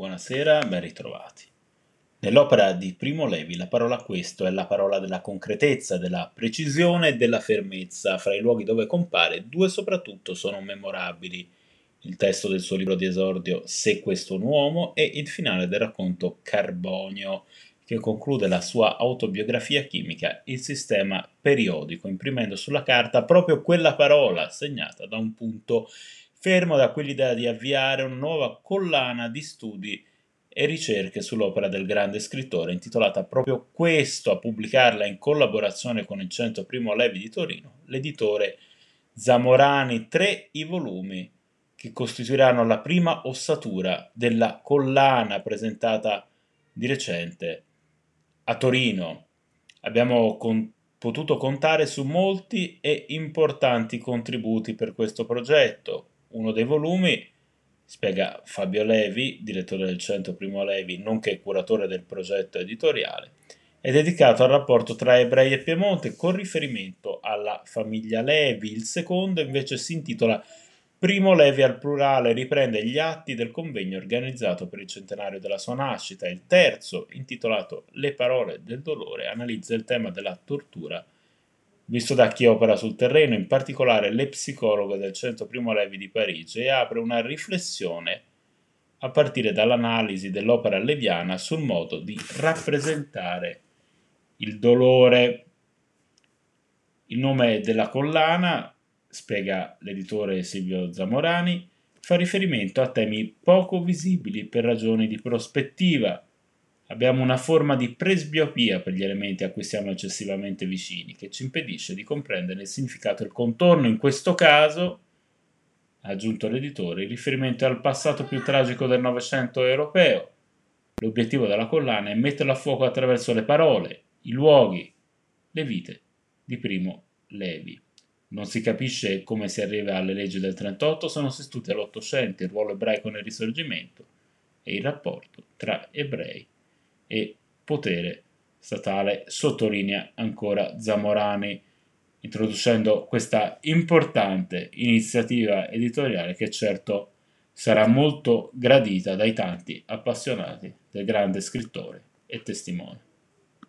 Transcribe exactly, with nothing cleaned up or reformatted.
Buonasera, ben ritrovati. Nell'opera di Primo Levi la parola questo è la parola della concretezza, della precisione e della fermezza. Fra i luoghi dove compare, due soprattutto sono memorabili: il testo del suo libro di esordio Se questo un uomo e il finale del racconto Carbonio, che conclude la sua autobiografia chimica, il sistema periodico, imprimendo sulla carta proprio quella parola, segnata da un punto fermo da quell'idea di avviare una nuova collana di studi e ricerche sull'opera del grande scrittore, intitolata proprio questo, a pubblicarla in collaborazione con il Centro Primo Levi di Torino, l'editore Zamorani, tre i volumi che costituiranno la prima ossatura della collana presentata di recente a Torino. Abbiamo con- potuto contare su molti e importanti contributi per questo progetto. Uno dei volumi, spiega Fabio Levi, direttore del Centro Primo Levi, nonché curatore del progetto editoriale, è dedicato al rapporto tra ebrei e Piemonte con riferimento alla famiglia Levi. Il secondo invece si intitola Primo Levi al plurale, riprende gli atti del convegno organizzato per il centenario della sua nascita. Il terzo, intitolato Le parole del dolore, analizza il tema della tortura visto da chi opera sul terreno, in particolare le psicologhe del Centro Primo Levi di Parigi, e apre una riflessione a partire dall'analisi dell'opera leviana sul modo di rappresentare il dolore. Il nome della collana, spiega l'editore Silvio Zamorani, fa riferimento a temi poco visibili per ragioni di prospettiva. Abbiamo una forma di presbiopia per gli elementi a cui siamo eccessivamente vicini, che ci impedisce di comprendere il significato e il contorno. In questo caso, ha aggiunto l'editore, il riferimento è al passato più tragico del Novecento europeo. L'obiettivo della collana è metterlo a fuoco attraverso le parole, i luoghi, le vite di Primo Levi. Non si capisce come si arriva alle leggi del trentotto se non si studia l'Ottocento, il ruolo ebraico nel Risorgimento e il rapporto tra ebrei e potere statale, sottolinea ancora Zamorani, introducendo questa importante iniziativa editoriale che certo sarà molto gradita dai tanti appassionati del grande scrittore e testimone.